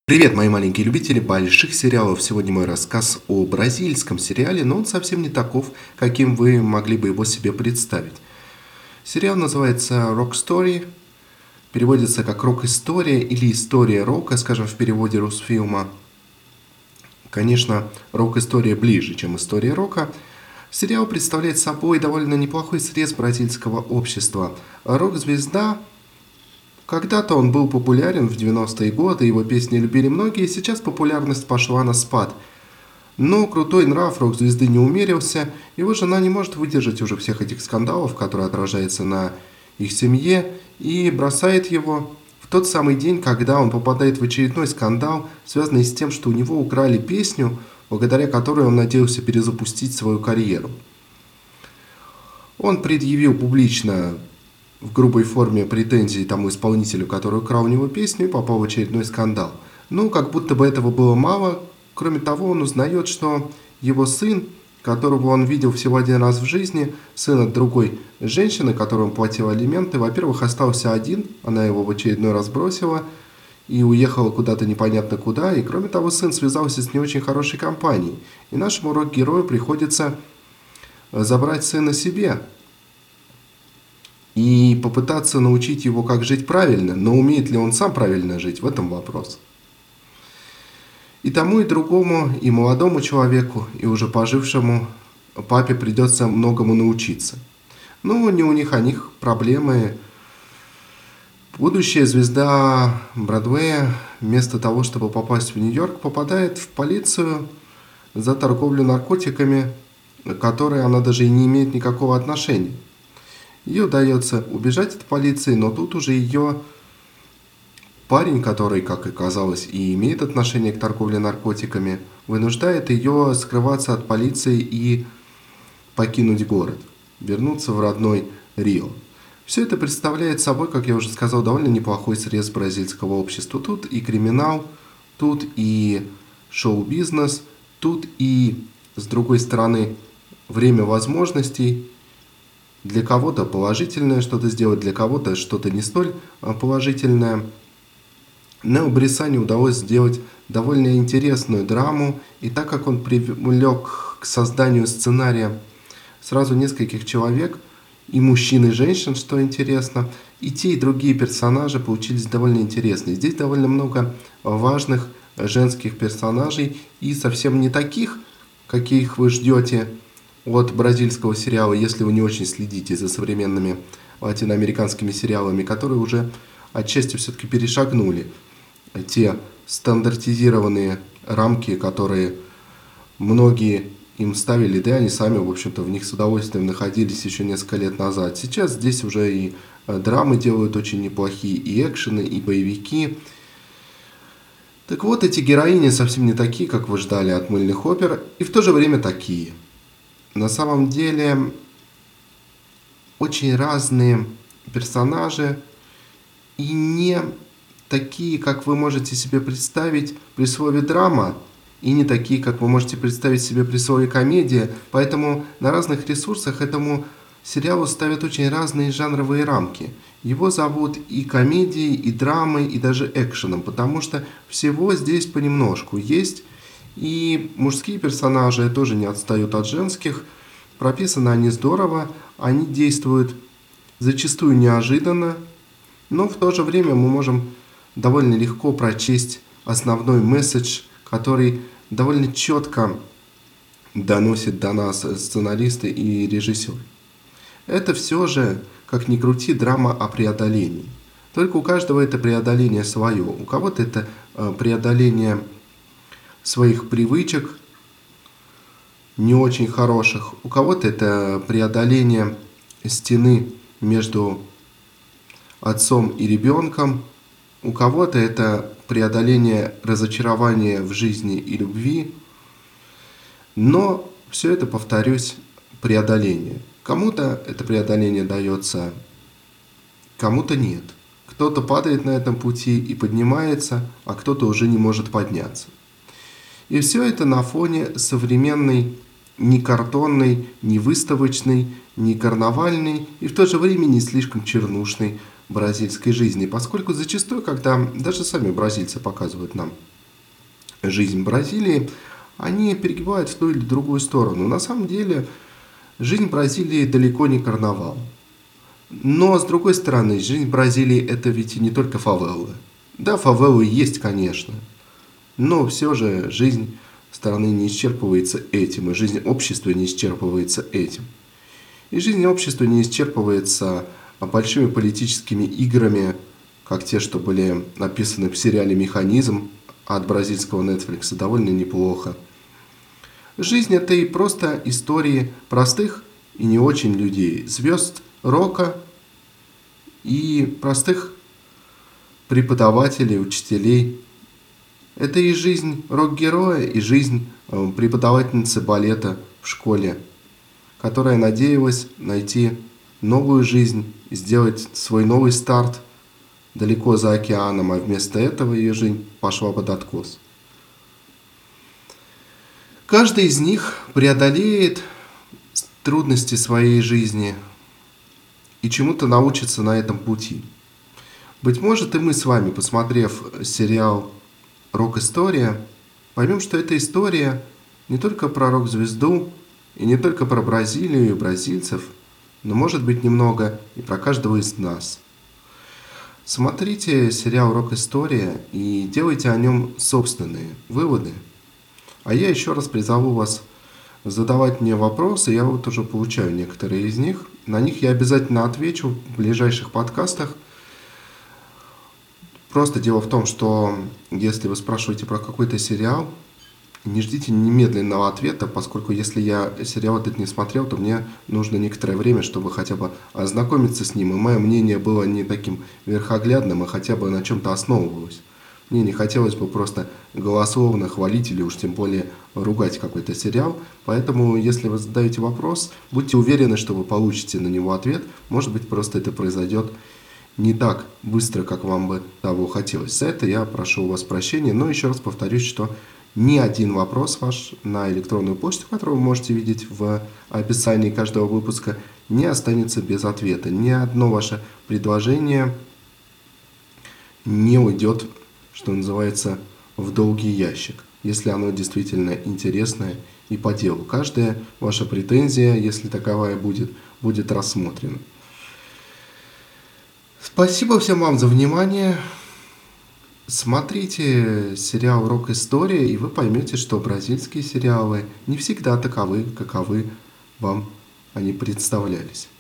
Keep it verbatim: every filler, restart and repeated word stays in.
Привет, мои маленькие любители больших сериалов. Сегодня мой рассказ о бразильском сериале, но он совсем не таков, каким вы могли бы его себе представить. Сериал называется Rock Story, переводится как рок-история или история рока, скажем, в переводе Русфилма. Конечно, рок-история ближе, чем история рока. Сериал представляет собой довольно неплохой срез бразильского общества. Рок-звезда. Когда-то он был популярен в девяностые годы, его песни любили многие, и сейчас популярность пошла на спад. Но крутой нрав рок-звезды не умерился, его жена не может выдержать уже всех этих скандалов, которые отражаются на их семье, и бросает его в тот самый день, когда он попадает в очередной скандал, связанный с тем, что у него украли песню, благодаря которой он надеялся перезапустить свою карьеру. Он предъявил публично в грубой форме претензии тому исполнителю, который украл у него песню, и попал в очередной скандал. Но как будто бы этого было мало. Кроме того, он узнает, что его сын, которого он видел всего один раз в жизни, сын от другой женщины, которой он платил алименты, во-первых, остался один, она его в очередной раз бросила и уехала куда-то непонятно куда, и кроме того, сын связался с не очень хорошей компанией. И нашему рок-герою приходится забрать сына себе и попытаться научить его, как жить правильно, но умеет ли он сам правильно жить, в этом вопрос. И тому, и другому, и молодому человеку, и уже пожившему папе придется многому научиться. Но не у них, о них проблемы. Будущая звезда Бродвея, вместо того, чтобы попасть в Нью-Йорк, попадает в полицию за торговлю наркотиками, к которой она даже и не имеет никакого отношения. Ей удается убежать от полиции, но тут уже ее парень, который, как и казалось, и имеет отношение к торговле наркотиками, вынуждает ее скрываться от полиции и покинуть город, вернуться в родной Рио. Все это представляет собой, как я уже сказал, довольно неплохой срез бразильского общества. Тут и криминал, тут и шоу-бизнес, тут и, с другой стороны, время возможностей. Для кого-то положительное что-то сделать, для кого-то что-то не столь положительное. Нео Брессани удалось сделать довольно интересную драму, и так как он привлек к созданию сценария сразу нескольких человек, и мужчин, и женщин, что интересно, и те, и другие персонажи получились довольно интересные. Здесь довольно много важных женских персонажей, и совсем не таких, каких вы ждете от бразильского сериала, если вы не очень следите за современными латиноамериканскими сериалами, которые уже отчасти все-таки перешагнули те стандартизированные рамки, которые многие им ставили, да и они сами, в общем-то, в них с удовольствием находились еще несколько лет назад. Сейчас здесь уже и драмы делают очень неплохие, и экшены, и боевики. Так вот, эти героини совсем не такие, как вы ждали от мыльных опер, и в то же время такие. На самом деле очень разные персонажи и не такие, как вы можете себе представить при слове драма, и не такие, как вы можете представить себе при слове комедия. Поэтому на разных ресурсах этому сериалу ставят очень разные жанровые рамки. Его зовут и комедией, и драмой, и даже экшеном, потому что всего здесь понемножку есть. И мужские персонажи тоже не отстают от женских. Прописаны они здорово, они действуют зачастую неожиданно, но в то же время мы можем довольно легко прочесть основной месседж, который довольно четко доносит до нас сценаристы и режиссер. Это все же, как ни крути, драма о преодолении. Только у каждого это преодоление свое. У кого-то это преодоление своих привычек, не очень хороших. У кого-то это преодоление стены между отцом и ребенком. У кого-то это преодоление разочарования в жизни и любви. Но все это, повторюсь, преодоление. Кому-то это преодоление дается, кому-то нет. Кто-то падает на этом пути и поднимается, а кто-то уже не может подняться. И все это на фоне современной, не картонной, не выставочной, не карнавальной и в то же время не слишком чернушной бразильской жизни. Поскольку зачастую, когда даже сами бразильцы показывают нам жизнь Бразилии, они перегибают в ту или другую сторону. На самом деле, жизнь Бразилии далеко не карнавал. Но, с другой стороны, жизнь Бразилии – это ведь и не только фавелы. Да, фавелы есть, конечно, но все же жизнь страны не исчерпывается этим, и жизнь общества не исчерпывается этим. И жизнь общества не исчерпывается большими политическими играми, как те, что были написаны в сериале «Механизм» от бразильского Netflix, довольно неплохо. Жизнь – это и просто истории простых и не очень людей, звезд рока и простых преподавателей, учителей. Это и жизнь рок-героя, и жизнь преподавательницы балета в школе, которая надеялась найти новую жизнь, сделать свой новый старт далеко за океаном, а вместо этого ее жизнь пошла под откос. Каждый из них преодолеет трудности своей жизни и чему-то научится на этом пути. Быть может, и мы с вами, посмотрев сериал «Рок-история», поймем, что эта история не только про рок-звезду и не только про Бразилию и бразильцев, но может быть немного и про каждого из нас. Смотрите сериал «Рок-история» и делайте о нем собственные выводы. А я еще раз призову вас задавать мне вопросы, я вот уже получаю некоторые из них. На них я обязательно отвечу в ближайших подкастах. Просто дело в том, что если вы спрашиваете про какой-то сериал, не ждите немедленного ответа, поскольку если я сериал этот не смотрел, то мне нужно некоторое время, чтобы хотя бы ознакомиться с ним, и мое мнение было не таким верхоглядным, а хотя бы на чем-то основывалось. Мне не хотелось бы просто голословно хвалить или уж тем более ругать какой-то сериал, поэтому если вы задаете вопрос, будьте уверены, что вы получите на него ответ, может быть просто это произойдет не так быстро, как вам бы того хотелось. За это я прошу у вас прощения, но еще раз повторюсь, что ни один вопрос ваш на электронную почту, которую вы можете видеть в описании каждого выпуска, не останется без ответа. Ни одно ваше предложение не уйдет, что называется, в долгий ящик, если оно действительно интересное и по делу. Каждая ваша претензия, если таковая будет, будет рассмотрена. Спасибо всем вам за внимание. Смотрите сериал «Рок-история», и вы поймете, что бразильские сериалы не всегда таковы, каковы вам они представлялись.